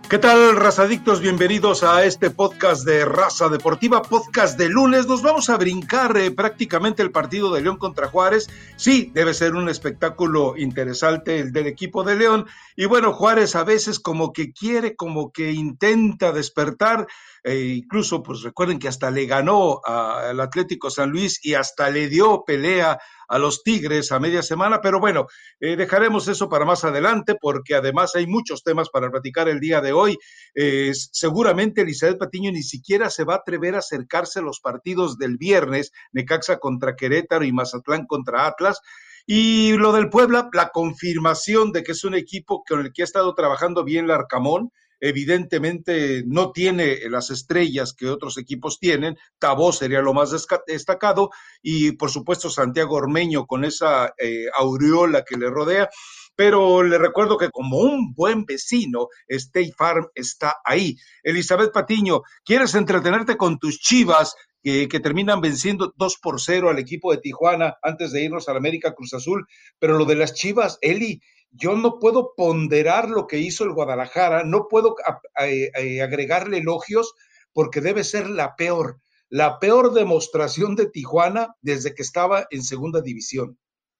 ¿Qué tal, razadictos? Bienvenidos a este podcast de Raza Deportiva, podcast de lunes. Nos vamos a brincar prácticamente el partido de León contra Juárez. Sí, debe ser un espectáculo interesante el del equipo de León. Y bueno, Juárez a veces como que quiere, como que intenta despertar. Incluso, pues recuerden que hasta le ganó al Atlético San Luis y hasta le dio pelea a los Tigres a media semana, pero bueno, dejaremos eso para más adelante porque además hay muchos temas para platicar el día de hoy. Seguramente Elizabeth Patiño ni siquiera se va a atrever a acercarse a los partidos del viernes, Necaxa contra Querétaro y Mazatlán contra Atlas. Y lo del Puebla, la confirmación de que es un equipo con el que ha estado trabajando bien Larcamón. Evidentemente no tiene las estrellas que otros equipos tienen. Tabó sería lo más destacado y por supuesto Santiago Ormeño con esa aureola que le rodea, pero le recuerdo que como un buen vecino, State Farm está ahí. Elizabeth Patiño, ¿quieres entretenerte con tus Chivas que terminan venciendo 2-0 al equipo de Tijuana antes de irnos al América Cruz Azul? Pero lo de las Chivas, Eli, yo no puedo ponderar lo que hizo el Guadalajara, no puedo agregarle elogios porque debe ser la peor demostración de Tijuana desde que estaba en segunda división.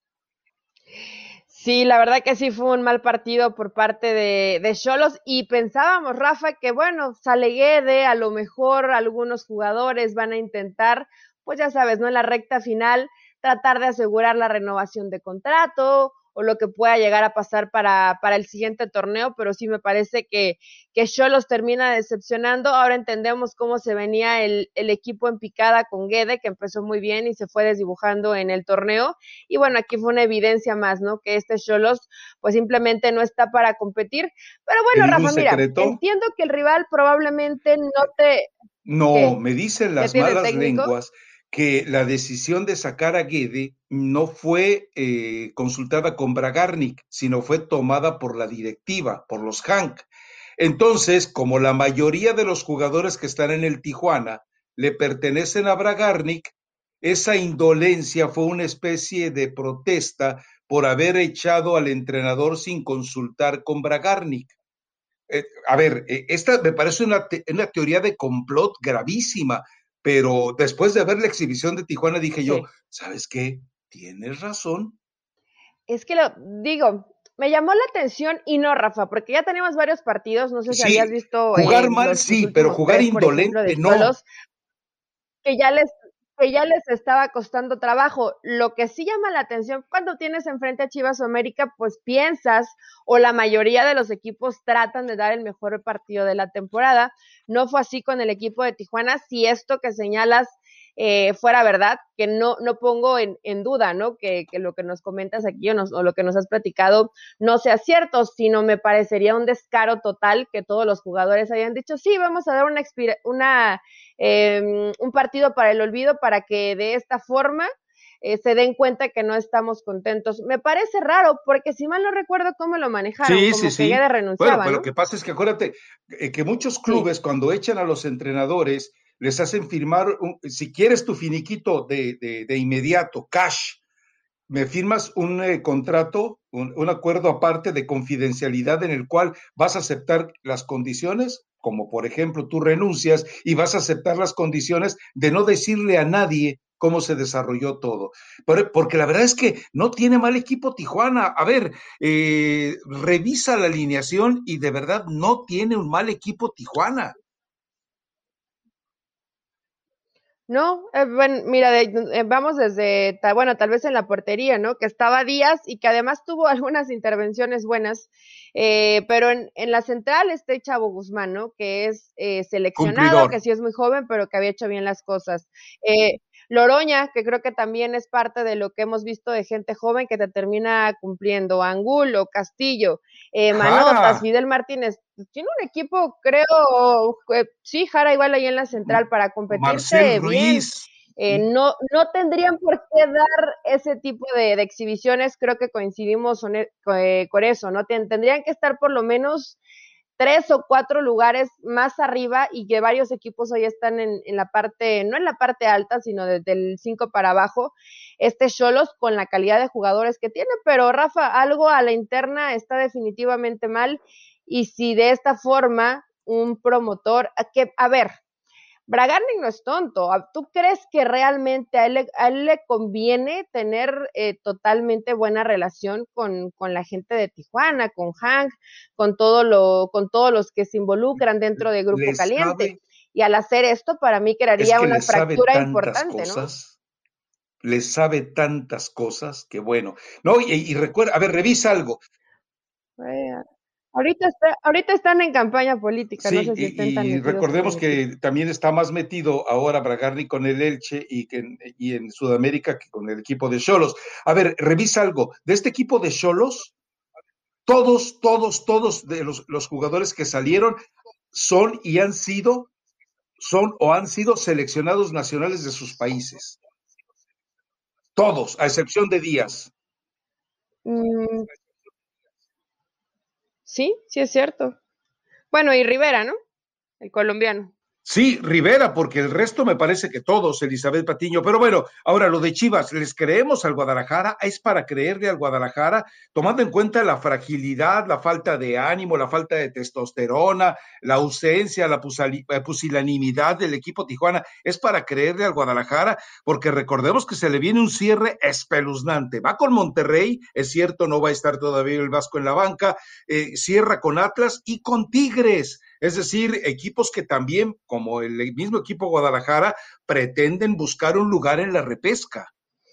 Sí, la verdad que sí fue un mal partido por parte de Xolos y pensábamos, Rafa, que bueno, sale Guede, a lo mejor algunos jugadores van a intentar, pues ya sabes, ¿no? En la recta final, tratar de asegurar la renovación de contrato o lo que pueda llegar a pasar para el siguiente torneo, pero sí me parece que Xolos termina decepcionando. Ahora entendemos cómo se venía el equipo en picada con Guede, que empezó muy bien y se fue desdibujando en el torneo. Y bueno, aquí fue una evidencia más, ¿no? Que este Xolos pues simplemente no está para competir. Pero ¿Te bueno, digo un Rafa, mira, secreto? entiendo que el rival probablemente no te... No, ¿Qué? me dicen ¿Ya las tiene malas técnico? lenguas que la decisión de sacar a Guede no fue consultada con Bragarnik, sino fue tomada por la directiva, por los Hank. Entonces, como la mayoría de los jugadores que están en el Tijuana le pertenecen a Bragarnik, esa indolencia fue una especie de protesta por haber echado al entrenador sin consultar con Bragarnik. A ver, esta me parece una teoría de complot gravísima, pero después de ver la exhibición de Tijuana dije yo, Sí. ¿sabes qué? Tienes razón. Es que lo digo, me llamó la atención y no, Rafa, porque ya tenemos varios partidos, no sé si habías Sí, visto jugar mal los sí, pero últimos jugar tres, por ejemplo, de indolente no. Xolos, que ya les que ya les estaba costando trabajo. Lo que sí llama la atención cuando tienes enfrente a Chivas o América, pues piensas, o la mayoría de los equipos tratan de dar el mejor partido de la temporada. No fue así con el equipo de Tijuana. Si esto que señalas fuera verdad, que no pongo en duda, ¿no? Que lo que nos comentas aquí o lo que nos has platicado no sea cierto, sino me parecería un descaro total que todos los jugadores hayan dicho, sí, vamos a dar un partido para el olvido para que de esta forma se den cuenta que no estamos contentos. Me parece raro, porque si mal no recuerdo cómo lo manejaron, Sí, sí, como que sí. Guede Bueno, renunciaba, pero lo ¿no? que pasa es que acuérdate que muchos Sí. clubes cuando echan a los entrenadores les hacen firmar, si quieres tu finiquito de inmediato, cash, me firmas un contrato, un acuerdo aparte de confidencialidad en el cual vas a aceptar las condiciones, como por ejemplo tú renuncias y vas a aceptar las condiciones de no decirle a nadie cómo se desarrolló todo. Porque la verdad es que no tiene mal equipo Tijuana. A ver, revisa la alineación y de verdad no tiene un mal equipo Tijuana. No, bueno, mira, vamos desde, bueno, tal vez en la portería, ¿no? Que estaba Díaz y que además tuvo algunas intervenciones buenas, pero en la central este Chavo Guzmán, ¿no? Que es seleccionado, Cumplidor. que sí es muy joven, pero que había hecho bien las cosas. Loroña, que creo que también es parte de lo que hemos visto de gente joven que te termina cumpliendo. Angulo, Castillo, Manotas, Jara, Fidel Martínez, tiene un equipo, creo, sí, Jara igual ahí en la central para Marcel competirte bien. Ruiz. No tendrían por qué dar ese tipo de exhibiciones, creo que coincidimos con eso, ¿no? Tendrían que estar por lo menos 3 o 4 lugares más arriba y que varios equipos hoy están en la parte, no en la parte alta, sino desde el 5 para abajo, Xolos con la calidad de jugadores que tiene, pero Rafa, algo a la interna está definitivamente mal y si de esta forma un promotor, a ver, Bragarnik no es tonto. ¿Tú crees que realmente a él le conviene tener totalmente buena relación con la gente de Tijuana, con Hank, con todos los que se involucran dentro de Le Grupo sabe, Caliente? Y al hacer esto, para mí es crearía que una le sabe fractura tantas importante, ¿no? cosas, le sabe tantas cosas que bueno. No, y recuerda, a ver, revisa algo. Eh, ahorita están en campaña política, no Sí, sé si estén tan y metidos con recordemos el equipo. que también está más metido ahora Bragarni con el Elche y en Sudamérica que con el equipo de Xolos. A ver, revisa algo. De este equipo de Xolos, todos de los jugadores que salieron son y han sido, son o han sido seleccionados nacionales de sus países. Todos, a excepción de Díaz. Mm, sí, sí es cierto. Bueno, y Rivera, ¿no? El colombiano. Sí, Rivera, porque el resto me parece que todos, Elizabeth Patiño. Pero bueno, ahora lo de Chivas, ¿les creemos al Guadalajara? ¿Es para creerle al Guadalajara? Tomando en cuenta la fragilidad, la falta de ánimo, la falta de testosterona, la ausencia, la pusilanimidad del equipo Tijuana, ¿es para creerle al Guadalajara? Porque recordemos que se le viene un cierre espeluznante. Va con Monterrey, es cierto, no va a estar todavía el Vasco en la banca, cierra con Atlas y con Tigres. Es decir, equipos que también, como el mismo equipo Guadalajara, pretenden buscar un lugar en la repesca.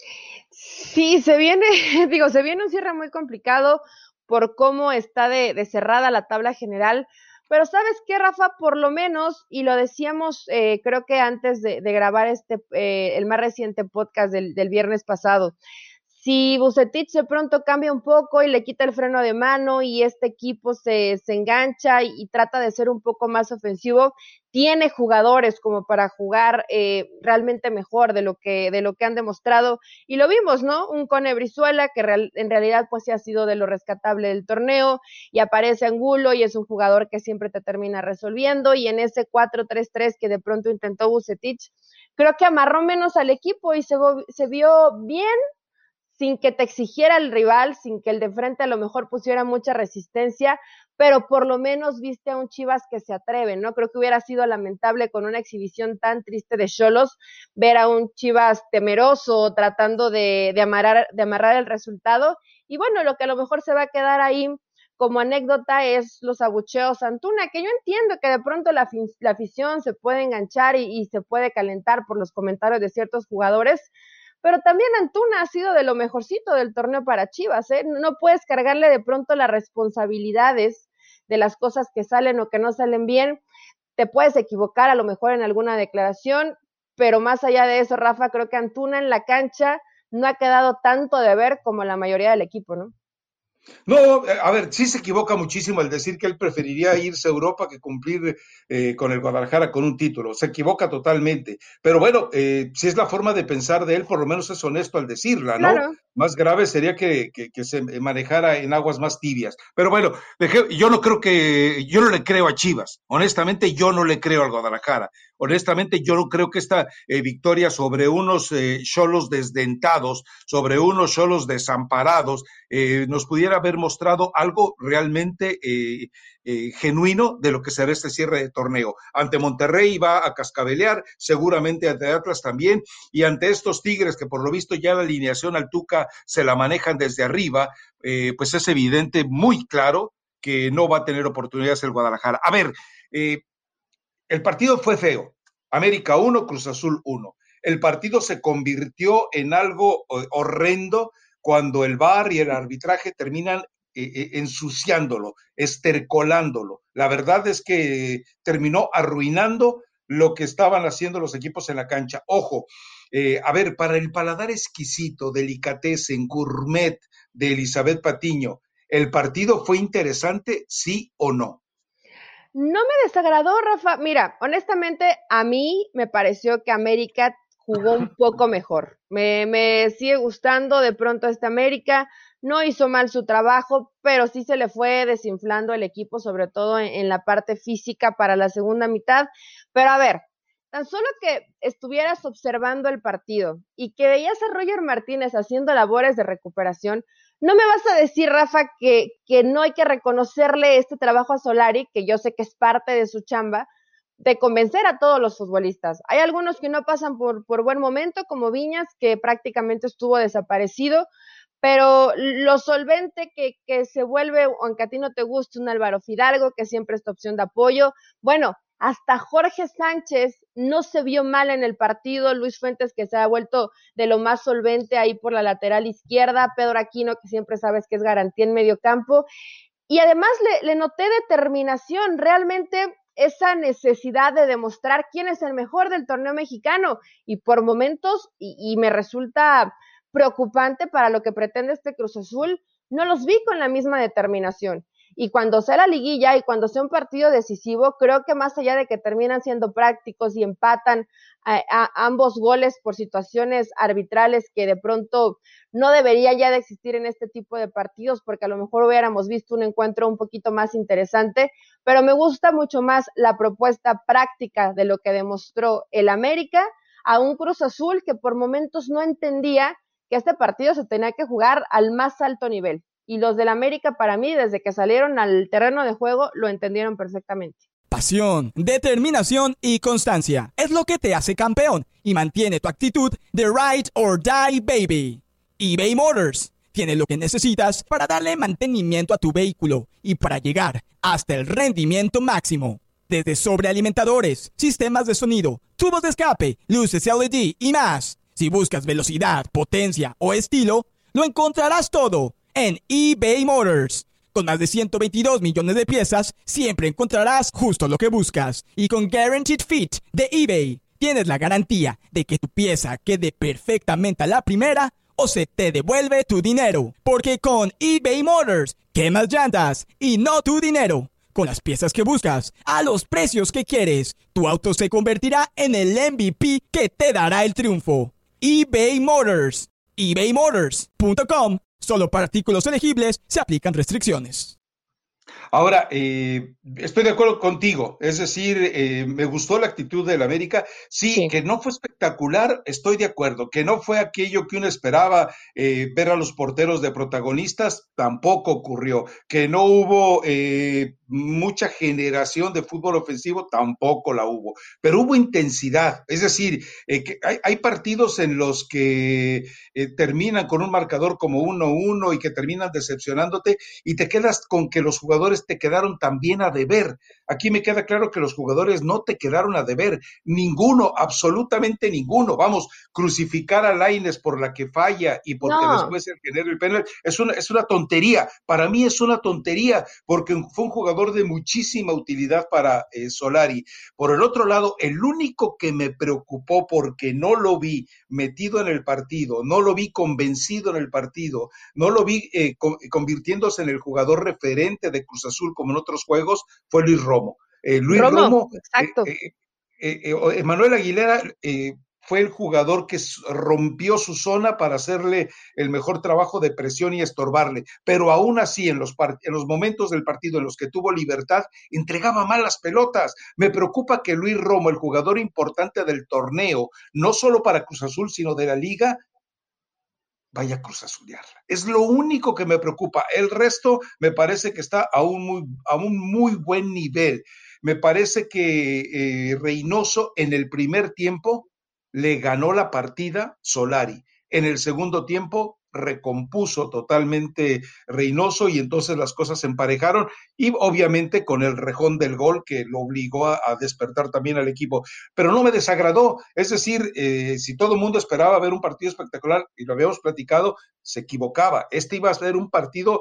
Sí, se viene, digo, se viene un cierre muy complicado por cómo está de cerrada la tabla general. Pero ¿sabes qué, Rafa? Por lo menos, y lo decíamos, creo que antes de grabar el más reciente podcast del viernes pasado, si Vucetich de pronto cambia un poco y le quita el freno de mano y este equipo se engancha y trata de ser un poco más ofensivo, tiene jugadores como para jugar realmente mejor de lo que han demostrado. Y lo vimos, ¿no? Un Cone Brizuela que en realidad pues sí ha sido de lo rescatable del torneo y aparece Angulo y es un jugador que siempre te termina resolviendo y en ese 4-3-3 que de pronto intentó Vucetich, creo que amarró menos al equipo y se vio bien sin que te exigiera el rival, sin que el de frente a lo mejor pusiera mucha resistencia, pero por lo menos viste a un Chivas que se atreve, ¿no? Creo que hubiera sido lamentable con una exhibición tan triste de Xolos ver a un Chivas temeroso tratando de amarrar el resultado. Y bueno, lo que a lo mejor se va a quedar ahí como anécdota es los abucheos a Antuna, que yo entiendo que de pronto la afición se puede enganchar y se puede calentar por los comentarios de ciertos jugadores, pero también Antuna ha sido de lo mejorcito del torneo para Chivas, ¿eh? No puedes cargarle de pronto las responsabilidades de las cosas que salen o que no salen bien, te puedes equivocar a lo mejor en alguna declaración, pero más allá de eso, Rafa, creo que Antuna en la cancha no ha quedado tanto de ver como la mayoría del equipo, ¿no? No, a ver, sí se equivoca muchísimo al decir que él preferiría irse a Europa que cumplir con el Guadalajara con un título. Se equivoca totalmente. Pero bueno, si es la forma de pensar de él, por lo menos es honesto al decirla, ¿no? Claro. Más grave sería que se manejara en aguas más tibias. Pero bueno, yo no creo yo no le creo a Chivas. Honestamente, yo no le creo al Guadalajara. Honestamente, yo no creo que esta victoria sobre unos Xolos desdentados, sobre unos Xolos desamparados, nos pudiera haber mostrado algo realmente genuino de lo que será este cierre de torneo. Ante Monterrey va a cascabelear, seguramente ante Atlas también, y ante estos Tigres que por lo visto ya la alineación al Tuca se la manejan desde arriba, pues es evidente, muy claro, que no va a tener oportunidades el Guadalajara. A ver, el partido fue feo. América 1, Cruz Azul 1. El partido se convirtió en algo horrendo cuando el VAR y el arbitraje terminan ensuciándolo, estercolándolo. La verdad es que terminó arruinando lo que estaban haciendo los equipos en la cancha. Ojo, a ver, para el paladar exquisito, delicatessen, gourmet de Elizabeth Patiño, ¿el partido fue interesante, sí o no? No me desagradó, Rafa. Mira, honestamente, a mí me pareció que América jugó un poco mejor. Me sigue gustando de pronto esta América. No hizo mal su trabajo, pero sí se le fue desinflando el equipo, sobre todo en la parte física para la segunda mitad. Pero a ver, tan solo que estuvieras observando el partido y que veías a Roger Martínez haciendo labores de recuperación, No me vas a decir, Rafa, que no hay que reconocerle este trabajo a Solari, que yo sé que es parte de su chamba, de convencer a todos los futbolistas. Hay algunos que no pasan por buen momento, como Viñas, que prácticamente estuvo desaparecido, pero lo solvente que se vuelve, aunque a ti no te guste, un Álvaro Fidalgo, que siempre es tu opción de apoyo. Bueno, hasta Jorge Sánchez no se vio mal en el partido, Luis Fuentes, que se ha vuelto de lo más solvente ahí por la lateral izquierda, Pedro Aquino, que siempre sabes que es garantía en medio campo, y además le noté determinación, realmente esa necesidad de demostrar quién es el mejor del torneo mexicano, y por momentos, y me resulta preocupante para lo que pretende este Cruz Azul, no los vi con la misma determinación. Y cuando sea la liguilla y cuando sea un partido decisivo, creo que más allá de que terminan siendo prácticos y empatan a ambos goles por situaciones arbitrales que de pronto no debería ya de existir en este tipo de partidos, porque a lo mejor hubiéramos visto un encuentro un poquito más interesante, pero me gusta mucho más la propuesta práctica de lo que demostró el América a un Cruz Azul que por momentos no entendía que este partido se tenía que jugar al más alto nivel. Y los del América, para mí, desde que salieron al terreno de juego, lo entendieron perfectamente. Pasión, determinación y constancia es lo que te hace campeón y mantiene tu actitud de ride or die, baby. eBay Motors tiene lo que necesitas para darle mantenimiento a tu vehículo y para llegar hasta el rendimiento máximo. Desde sobrealimentadores, sistemas de sonido, tubos de escape, luces LED y más. Si buscas velocidad, potencia o estilo, lo encontrarás todo en eBay Motors. Con más de 122 millones de piezas, siempre encontrarás justo lo que buscas. Y con Guaranteed Fit de eBay, tienes la garantía de que tu pieza quede perfectamente a la primera o se te devuelve tu dinero. Porque con eBay Motors, quemas llantas y no tu dinero. Con las piezas que buscas, a los precios que quieres, tu auto se convertirá en el MVP que te dará el triunfo. eBay Motors. ebaymotors.com. Solo para artículos elegibles se aplican restricciones. Ahora, estoy de acuerdo contigo, es decir, me gustó la actitud del América, sí, que no fue espectacular, estoy de acuerdo, que no fue aquello que uno esperaba, ver a los porteros de protagonistas, tampoco ocurrió, que no hubo mucha generación de fútbol ofensivo, tampoco la hubo, pero hubo intensidad, es decir, que hay partidos en los que terminan con un marcador como 1-1 y que terminan decepcionándote y te quedas con que los jugadores te quedaron también a deber. Aquí me queda claro que los jugadores no te quedaron a deber, ninguno, absolutamente ninguno. Vamos, crucificar a Lainez por la que falla y porque después el genera el penal es una tontería. Para mí es una tontería porque fue un jugador de muchísima utilidad para Solari. Por el otro lado, el único que me preocupó porque no lo vi metido en el partido, no lo vi convencido en el partido, no lo vi convirtiéndose en el jugador referente de Cruz Azul como en otros juegos, fue Luis Romo. Luis Romo, exacto. Emanuel Aguilera fue el jugador que rompió su zona para hacerle el mejor trabajo de presión y estorbarle, pero aún así en los momentos del partido en los que tuvo libertad, entregaba mal las pelotas. Me preocupa que Luis Romo, el jugador importante del torneo, no solo para Cruz Azul, sino de la liga, vaya a Cruz Azulearla. Es lo único que me preocupa. El resto me parece que está a un muy buen nivel. Me parece que Reynoso en el primer tiempo le ganó la partida Solari. En el segundo tiempo recompuso totalmente Reynoso y entonces las cosas se emparejaron y obviamente con el rejón del gol que lo obligó a despertar también al equipo, pero no me desagradó, es decir, si todo el mundo esperaba ver un partido espectacular y lo habíamos platicado, se equivocaba, iba a ser un partido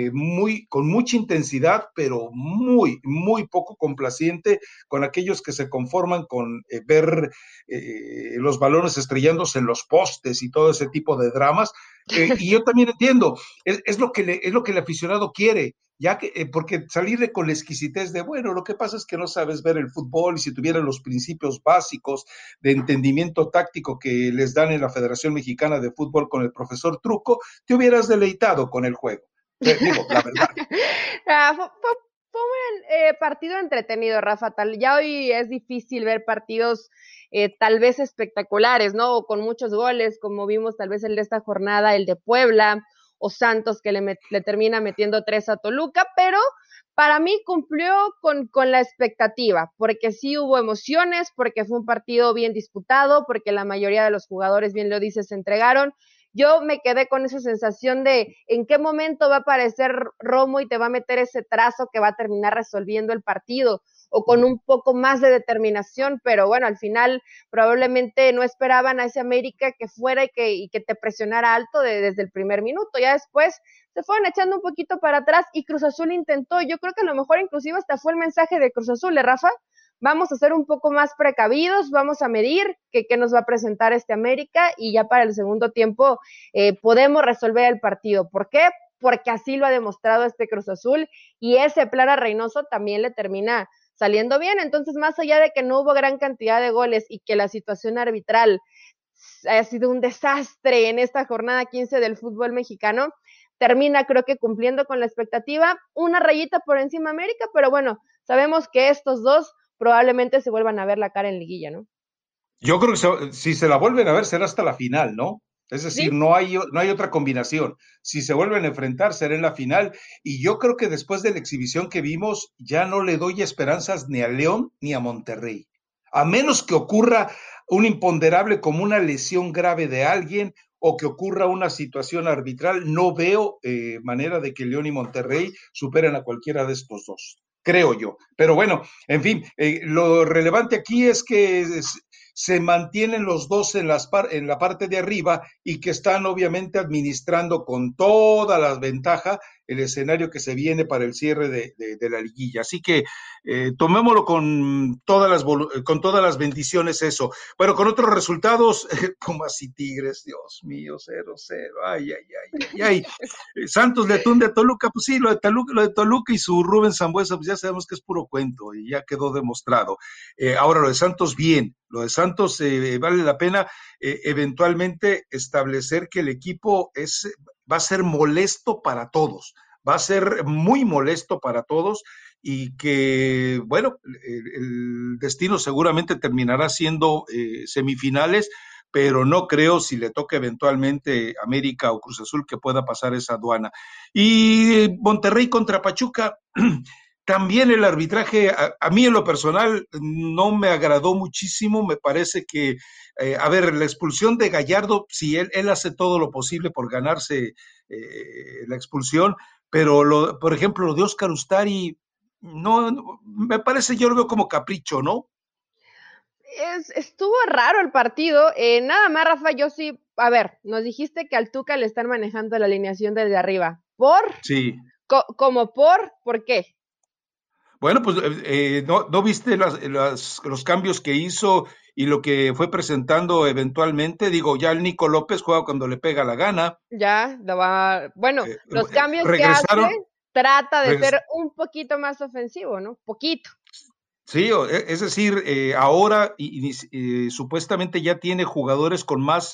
con mucha intensidad, pero muy poco complaciente con aquellos que se conforman con ver los balones estrellándose en los postes y todo ese tipo de dramas, y yo también entiendo, es lo que el aficionado quiere, ya que, porque salirle con la exquisitez de, bueno, lo que pasa es que no sabes ver el fútbol y si tuvieran los principios básicos de entendimiento táctico que les dan en la Federación Mexicana de Fútbol con el profesor Truco, te hubieras deleitado con el juego. Digo, la verdad. Fue un partido entretenido, Rafa. Ya hoy es difícil ver partidos tal vez espectaculares, ¿no? O con muchos goles, como vimos tal vez el de esta jornada, el de Puebla, o Santos que le termina metiendo 3 a Toluca, pero para mí cumplió con la expectativa, porque sí hubo emociones, porque fue un partido bien disputado, porque la mayoría de los jugadores, bien lo dices, se entregaron. Yo me quedé con esa sensación de en qué momento va a aparecer Romo y te va a meter ese trazo que va a terminar resolviendo el partido, o con un poco más de determinación, pero bueno, al final probablemente no esperaban a ese América que fuera y que te presionara alto desde el primer minuto. Ya después se fueron echando un poquito para atrás y Cruz Azul intentó. Yo creo que a lo mejor inclusive hasta fue el mensaje de Cruz Azul, Rafa? Vamos a ser un poco más precavidos, vamos a medir qué nos va a presentar este América y ya para el segundo tiempo podemos resolver el partido. ¿Por qué? Porque así lo ha demostrado este Cruz Azul y ese plan a Reynoso también le termina saliendo bien. Entonces, más allá de que no hubo gran cantidad de goles y que la situación arbitral ha sido un desastre en esta jornada 15 del fútbol mexicano, termina creo que cumpliendo con la expectativa, una rayita por encima América, pero bueno, sabemos que estos dos probablemente se vuelvan a ver la cara en liguilla, ¿no? Yo creo que si se la vuelven a ver será hasta la final, ¿no? Es decir, ¿Sí? no hay otra combinación. Si se vuelven a enfrentar, será en la final. Y yo creo que después de la exhibición que vimos, ya no le doy esperanzas ni a León ni a Monterrey. A menos que ocurra un imponderable como una lesión grave de alguien o que ocurra una situación arbitral, no veo manera de que León y Monterrey superen a cualquiera de estos dos. Creo yo. Pero bueno, en fin, lo relevante aquí es que se mantienen los dos en la parte de arriba y que están obviamente administrando con todas las ventajas el escenario que se viene para el cierre de la liguilla. Así que tomémoslo con todas las bendiciones eso. Bueno, con otros resultados, como así Tigres, Dios mío, 0-0, ay, ay, ay, ay, ay. Santos le tunde a Toluca, pues sí, lo de Toluca y su Rubén Sambuesa, pues ya sabemos que es puro cuento y ya quedó demostrado. Ahora lo de Santos, bien, lo de Santos vale la pena eventualmente establecer que el equipo va a ser molesto para todos, va a ser muy molesto para todos y que, bueno, el destino seguramente terminará siendo semifinales, pero no creo si le toca eventualmente América o Cruz Azul que pueda pasar esa aduana. Y Monterrey contra Pachuca, también el arbitraje, a mí en lo personal no me agradó muchísimo, me parece que, a ver, la expulsión de Gallardo, si él hace todo lo posible por ganarse la expulsión, pero por ejemplo lo de Óscar Ustari, no, me parece, yo lo veo como capricho, ¿no? Estuvo raro el partido, nada más Rafa, yo sí, a ver, nos dijiste que al Tuca le están manejando la alineación desde arriba, Sí. ¿por qué? Bueno, pues ¿no viste los cambios que hizo y lo que fue presentando eventualmente? Digo, ya el Nico López juega cuando le pega la gana. Ya, bueno, los cambios que hace, Regresaron, trata de regres- ser un poquito más ofensivo, ¿no? Poquito. sí, es decir, ahora supuestamente ya tiene jugadores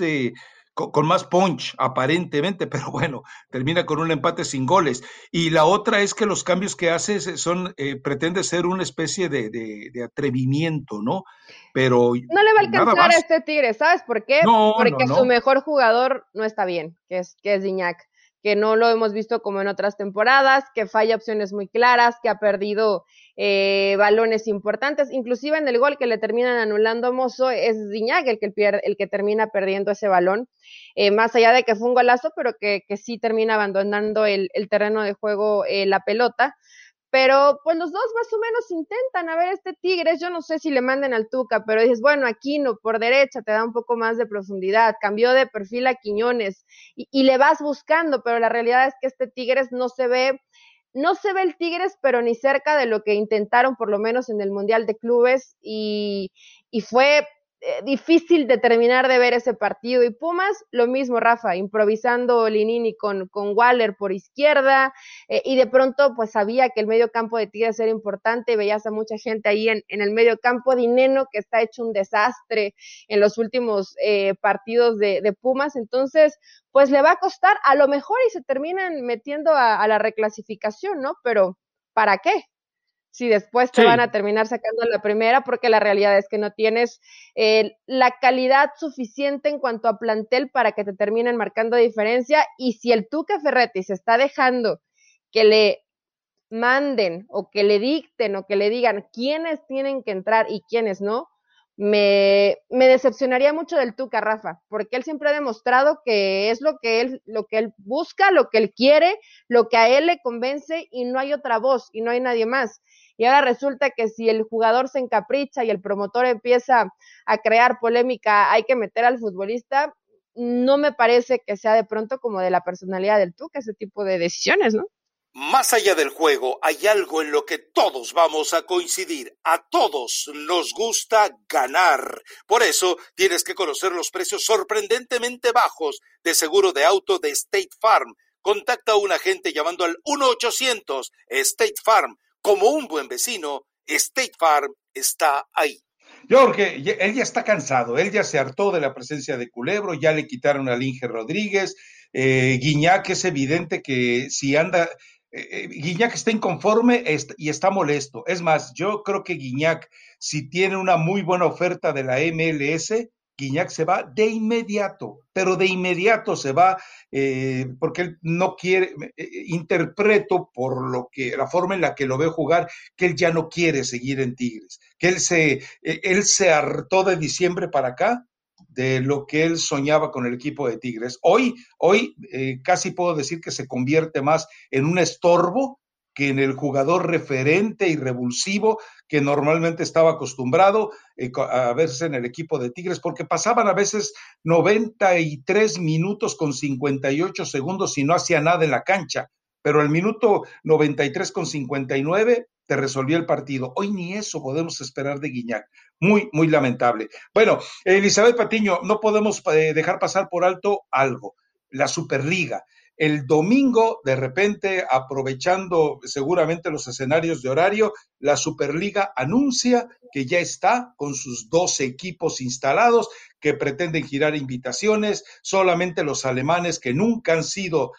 con más punch, aparentemente, pero bueno, termina con un empate sin goles. Y la otra es que los cambios que hace pretende ser una especie de atrevimiento, ¿no? Pero No le va a nada alcanzar a más. este Tigre, ¿sabes por qué? No, no, Porque su no. mejor jugador no está bien, que es Gignac, que no lo hemos visto como en otras temporadas, que falla opciones muy claras, que ha perdido balones importantes, inclusive en el gol que le terminan anulando a Mozo, es Gignac el que termina perdiendo ese balón, más allá de que fue un golazo, pero que sí termina abandonando el terreno de juego, la pelota. Pero pues los dos más o menos intentan, a ver, este Tigres, yo no sé si le manden al Tuca, pero dices, bueno, Aquino por derecha te da un poco más de profundidad, cambió de perfil a Quiñones y le vas buscando, pero la realidad es que este Tigres no se ve el Tigres, pero ni cerca de lo que intentaron por lo menos en el Mundial de Clubes y fue difícil de terminar de ver ese partido. Y Pumas, lo mismo, Rafa, improvisando Linini con Waller por izquierda, y de pronto pues sabía que el medio campo de Tigres era importante, veías a mucha gente ahí en el medio campo, Dineno que está hecho un desastre en los últimos partidos de Pumas, entonces pues le va a costar, a lo mejor y se terminan metiendo a la reclasificación, ¿no? Pero ¿para qué? si después te van a terminar sacando la primera, porque la realidad es que no tienes la calidad suficiente en cuanto a plantel para que te terminen marcando diferencia, y si el Tuca Ferretti se está dejando que le manden o que le dicten o que le digan quiénes tienen que entrar y quiénes no, me decepcionaría mucho del Tuca, Rafa, porque él siempre ha demostrado que es lo que él busca, lo que él quiere, lo que a él le convence, y no hay otra voz y no hay nadie más. Y ahora resulta que si el jugador se encapricha y el promotor empieza a crear polémica, hay que meter al futbolista. No me parece que sea de pronto como de la personalidad del Tuca ese tipo de decisiones, ¿no? Más allá del juego, hay algo en lo que todos vamos a coincidir. A todos nos gusta ganar. Por eso tienes que conocer los precios sorprendentemente bajos de seguro de auto de State Farm. Contacta a un agente llamando al 1-800 State Farm. Como un buen vecino, State Farm está ahí. Jorge, él ya está cansado, él ya se hartó de la presencia de Culebro, ya le quitaron a Inge Rodríguez, Guiñac es evidente que si anda... Guiñac está inconforme y está molesto. Es más, yo creo que Guiñac, si tiene una muy buena oferta de la MLS, Guiñac se va de inmediato, pero de inmediato se va, porque él no quiere, interpreto por la forma en la que lo veo jugar, que él ya no quiere seguir en Tigres, que él se hartó de diciembre para acá de lo que él soñaba con el equipo de Tigres. Hoy casi puedo decir que se convierte más en un estorbo que en el jugador referente y revulsivo que normalmente estaba acostumbrado a verse en el equipo de Tigres, porque pasaban a veces 93 minutos con 58 segundos y no hacía nada en la cancha, pero al minuto 93 con 59 te resolvió el partido. Hoy ni eso podemos esperar de Guiñac. Muy, muy lamentable. Bueno, Elizabeth Patiño, no podemos dejar pasar por alto algo, la Superliga. El domingo, de repente, aprovechando seguramente los escenarios de horario, la Superliga anuncia que ya está con sus 12 equipos instalados, que pretenden girar invitaciones. Solamente los alemanes, que nunca han sido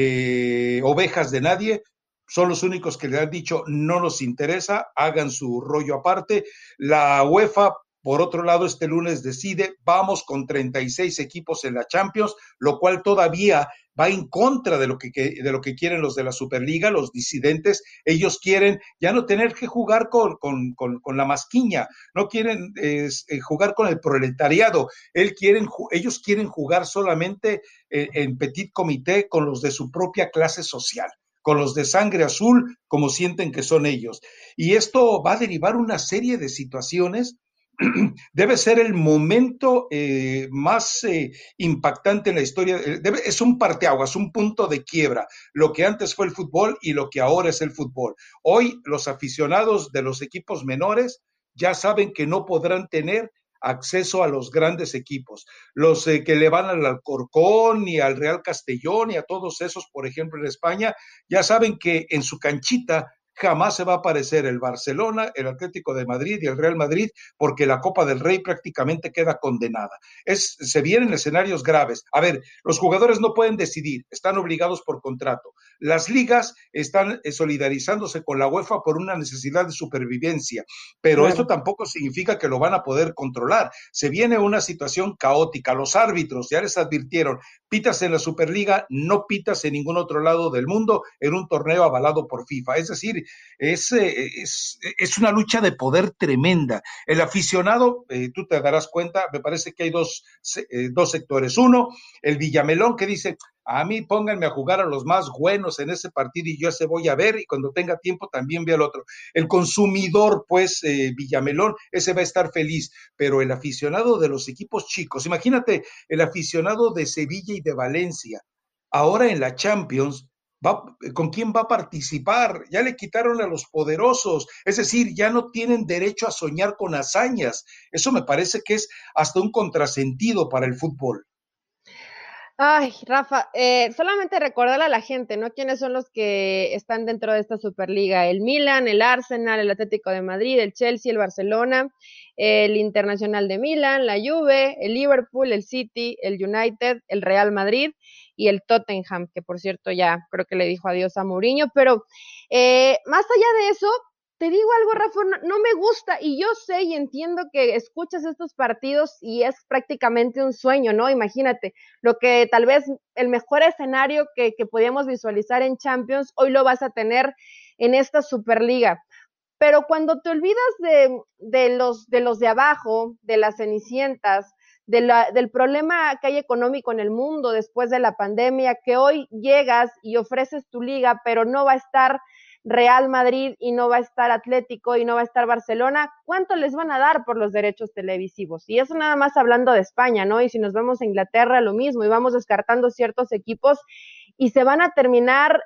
ovejas de nadie, son los únicos que le han dicho no nos interesa, hagan su rollo aparte. La UEFA, por otro lado, este lunes decide, vamos con 36 equipos en la Champions, lo cual todavía va en contra de lo que quieren los de la Superliga, los disidentes. Ellos quieren ya no tener que jugar con la masquiña, no quieren jugar con el proletariado. Ellos quieren jugar solamente en petit comité con los de su propia clase social, con los de sangre azul, como sienten que son ellos. Y esto va a derivar una serie de situaciones. Debe ser el momento más impactante en la historia. Es un parteaguas, un punto de quiebra. Lo que antes fue el fútbol y lo que ahora es el fútbol. Hoy los aficionados de los equipos menores ya saben que no podrán tener acceso a los grandes equipos. Los que le van al Alcorcón y al Real Castellón y a todos esos, por ejemplo, en España, ya saben que en su canchita jamás se va a aparecer el Barcelona, el Atlético de Madrid y el Real Madrid, porque la Copa del Rey prácticamente queda condenada. Se vienen escenarios graves. A ver, los jugadores no pueden decidir, están obligados por contrato. Las ligas están solidarizándose con la UEFA por una necesidad de supervivencia, pero esto tampoco significa que lo van a poder controlar. Se viene una situación caótica. Los árbitros ya les advirtieron, pitas en la Superliga, no pitas en ningún otro lado del mundo en un torneo avalado por FIFA. Es decir, es una lucha de poder tremenda. El aficionado, tú te darás cuenta, me parece que hay dos sectores. Uno, el Villamelón, que dice, a mí pónganme a jugar a los más buenos en ese partido y yo se voy a ver, y cuando tenga tiempo también veo al otro. El consumidor, pues, Villamelón, ese va a estar feliz, pero el aficionado de los equipos chicos, imagínate, el aficionado de Sevilla y de Valencia, ahora en la Champions, ¿con quién va a participar? Ya le quitaron a los poderosos, es decir, ya no tienen derecho a soñar con hazañas. Eso me parece que es hasta un contrasentido para el fútbol. Ay, Rafa, solamente recordarle a la gente, ¿no? ¿Quiénes son los que están dentro de esta Superliga? El Milan, el Arsenal, el Atlético de Madrid, el Chelsea, el Barcelona, el Internacional de Milán, la Juve, el Liverpool, el City, el United, el Real Madrid y el Tottenham, que por cierto ya creo que le dijo adiós a Mourinho, pero más allá de eso, te digo algo, Rafa, no me gusta, y yo sé y entiendo que escuchas estos partidos y es prácticamente un sueño, ¿no? Imagínate, lo que tal vez el mejor escenario que podíamos visualizar en Champions, hoy lo vas a tener en esta Superliga. Pero cuando te olvidas de los de abajo, de las cenicientas, del problema que hay económico en el mundo después de la pandemia, que hoy llegas y ofreces tu liga, pero no va a estar Real Madrid y no va a estar Atlético y no va a estar Barcelona, ¿cuánto les van a dar por los derechos televisivos? Y eso nada más hablando de España, ¿no? Y si nos vamos a Inglaterra, lo mismo, y vamos descartando ciertos equipos y se van a terminar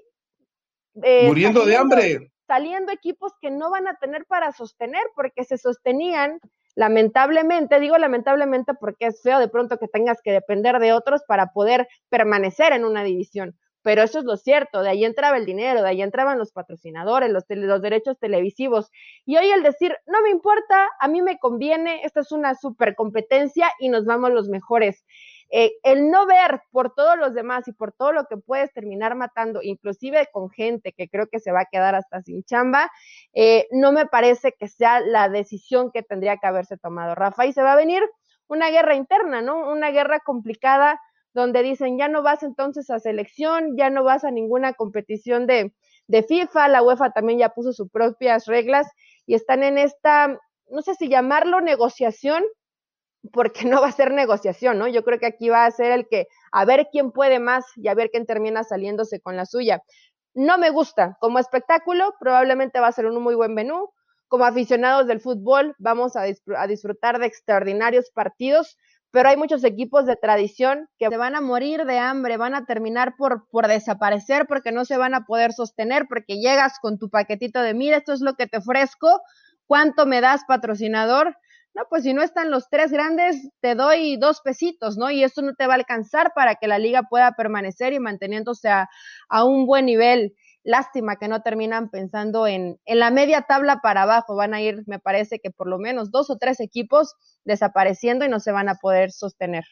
Muriendo de hambre. saliendo equipos que no van a tener para sostener, porque se sostenían, lamentablemente, digo lamentablemente porque es feo de pronto que tengas que depender de otros para poder permanecer en una división. Pero eso es lo cierto, de ahí entraba el dinero, de ahí entraban los patrocinadores, los derechos televisivos. Y hoy el decir, no me importa, a mí me conviene, esta es una super competencia y nos vamos los mejores. El no ver por todos los demás y por todo lo que puedes terminar matando, inclusive con gente que creo que se va a quedar hasta sin chamba, no me parece que sea la decisión que tendría que haberse tomado, Rafa. Y se va a venir una guerra interna, ¿no? Una guerra complicada donde dicen, ya no vas entonces a selección, ya no vas a ninguna competición de FIFA, la UEFA también ya puso sus propias reglas y están en esta, no sé si llamarlo negociación, porque no va a ser negociación, ¿no? Yo creo que aquí va a ser el que, a ver quién puede más y a ver quién termina saliéndose con la suya. No me gusta. Como espectáculo, probablemente va a ser un muy buen menú. Como aficionados del fútbol, vamos a disfrutar de extraordinarios partidos, pero hay muchos equipos de tradición que se van a morir de hambre, van a terminar por desaparecer porque no se van a poder sostener, porque llegas con tu paquetito de, mira, esto es lo que te ofrezco, ¿cuánto me das, patrocinador? No, pues si no están los tres grandes, te doy 2 pesitos, ¿no? Y esto no te va a alcanzar para que la liga pueda permanecer y manteniéndose a un buen nivel. Lástima que no terminan pensando en la media tabla para abajo. Van a ir, me parece que por lo menos 2 o 3 equipos desapareciendo y no se van a poder sostener.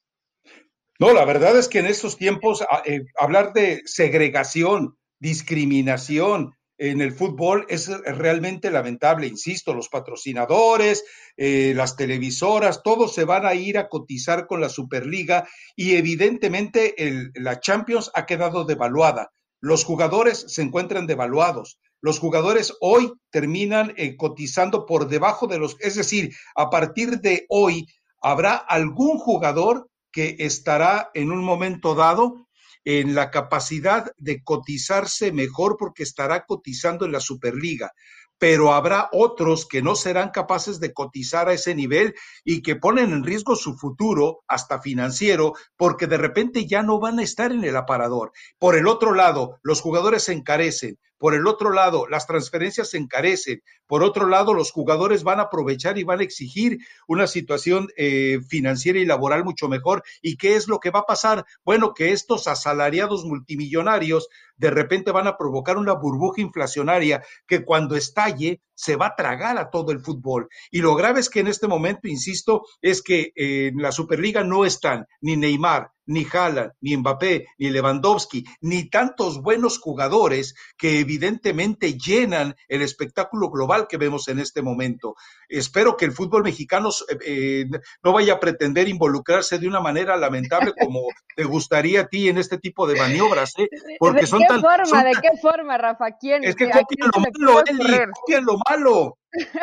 No, la verdad es que en estos tiempos hablar de segregación, discriminación en el fútbol es realmente lamentable. Insisto, los patrocinadores, las televisoras, todos se van a ir a cotizar con la Superliga y evidentemente la Champions ha quedado devaluada. Los jugadores se encuentran devaluados. Los jugadores hoy terminan cotizando por debajo de es decir, a partir de hoy habrá algún jugador que estará en un momento dado en la capacidad de cotizarse mejor porque estará cotizando en la Superliga, pero habrá otros que no serán capaces de cotizar a ese nivel y que ponen en riesgo su futuro, hasta financiero, porque de repente ya no van a estar en el aparador. Por el otro lado, los jugadores se encarecen. Por el otro lado, las transferencias se encarecen. Por otro lado, los jugadores van a aprovechar y van a exigir una situación financiera y laboral mucho mejor. ¿Y qué es lo que va a pasar? Bueno, que estos asalariados multimillonarios de repente van a provocar una burbuja inflacionaria que cuando estalle se va a tragar a todo el fútbol. Y lo grave es que en este momento, insisto, es que en la Superliga no están ni Neymar, ni Haaland, ni Mbappé, ni Lewandowski, ni tantos buenos jugadores que evidentemente llenan el espectáculo global que vemos en este momento. Espero que el fútbol mexicano no vaya a pretender involucrarse de una manera lamentable como te gustaría a ti en este tipo de maniobras, porque ¿De qué forma, Rafa? ¿Quién? Es que copian lo malo, Eli, copian lo malo.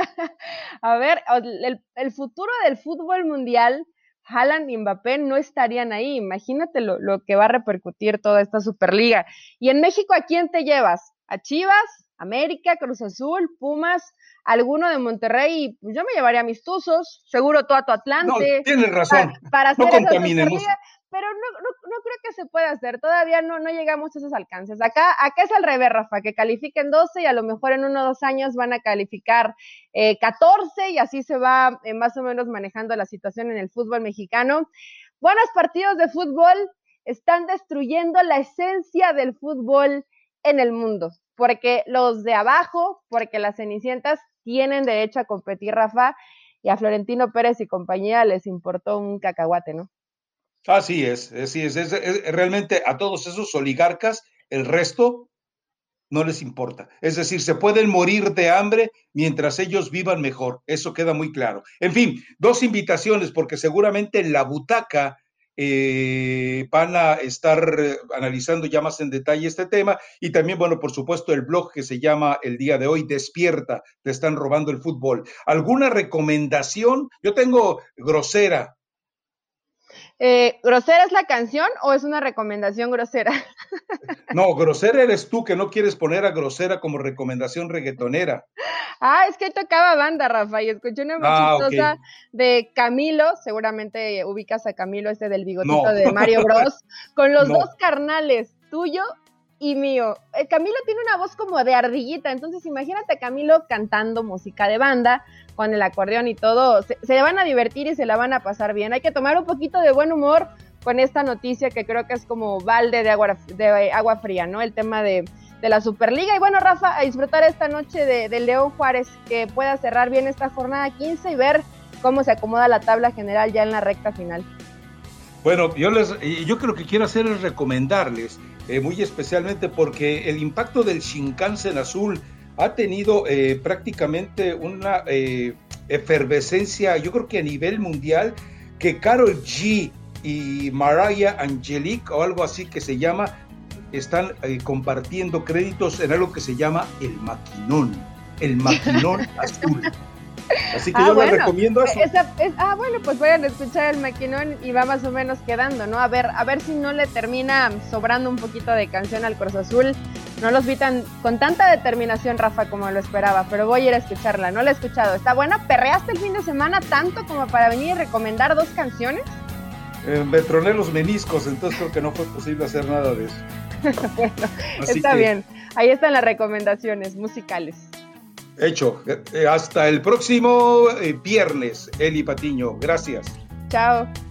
A ver, el futuro del fútbol mundial, Haaland y Mbappé no estarían ahí. Imagínate lo que va a repercutir toda esta Superliga. Y en México, ¿a quién te llevas? ¿A Chivas, América, Cruz Azul, Pumas, alguno de Monterrey? Pues yo me llevaría a mis Tuzos, seguro todo a tu Atlante. No, tienes razón. Para hacer no contaminemos. Pero no creo que se pueda hacer, todavía no llegamos a esos alcances. Acá es al revés, Rafa, que califiquen 12 y a lo mejor en 1 o 2 años van a calificar 14 y así se va más o menos manejando la situación en el fútbol mexicano. Buenos partidos de fútbol están destruyendo la esencia del fútbol en el mundo, porque los de abajo, porque las cenicientas tienen derecho a competir, Rafa, y a Florentino Pérez y compañía les importó un cacahuate, ¿no? Así es realmente a todos esos oligarcas, el resto no les importa. Es decir, se pueden morir de hambre mientras ellos vivan mejor. Eso queda muy claro. En fin, 2 invitaciones, porque seguramente en la butaca van a estar analizando ya más en detalle este tema, y también, bueno, por supuesto, el blog que se llama el día de hoy, Despierta, te están robando el fútbol. ¿Alguna recomendación? Yo tengo Grosera. ¿Grosera es la canción o es una recomendación grosera? No, grosera eres tú, que no quieres poner a Grosera como recomendación reggaetonera. Es que hoy tocaba banda, Rafa, y escuché una muy chistosa okay. De Camilo, seguramente ubicas a Camilo, del bigotito de Mario Bros, con los 2 carnales, tuyo y mío. Camilo tiene una voz como de ardillita, entonces imagínate a Camilo cantando música de banda, con el acordeón y todo, se van a divertir y se la van a pasar bien. Hay que tomar un poquito de buen humor con esta noticia que creo que es como balde de agua fría, ¿no? El tema de la Superliga. Y bueno, Rafa, a disfrutar esta noche de León Juárez, que pueda cerrar bien esta jornada 15 y ver cómo se acomoda la tabla general ya en la recta final. Bueno, yo lo que quiero hacer es recomendarles, muy especialmente porque el impacto del Shinkansen azul ha tenido prácticamente una efervescencia, yo creo que a nivel mundial, que Karol G y Mariah Angelique, o algo así que se llama, están compartiendo créditos en algo que se llama el maquinón azul. Así que yo les recomiendo eso. Bueno, pues vayan a escuchar el maquinón y va más o menos quedando, ¿no? A ver si no le termina sobrando un poquito de canción al Cruz Azul. No los vi con tanta determinación, Rafa, como lo esperaba, pero voy a ir a escucharla. No la he escuchado. ¿Está buena? ¿Perreaste el fin de semana tanto como para venir y recomendar 2 canciones? Me troné los meniscos, entonces creo que no fue posible hacer nada de eso. Bueno, está bien. Ahí están las recomendaciones musicales. Hecho. Hasta el próximo viernes, Eli Patiño. Gracias. Chao.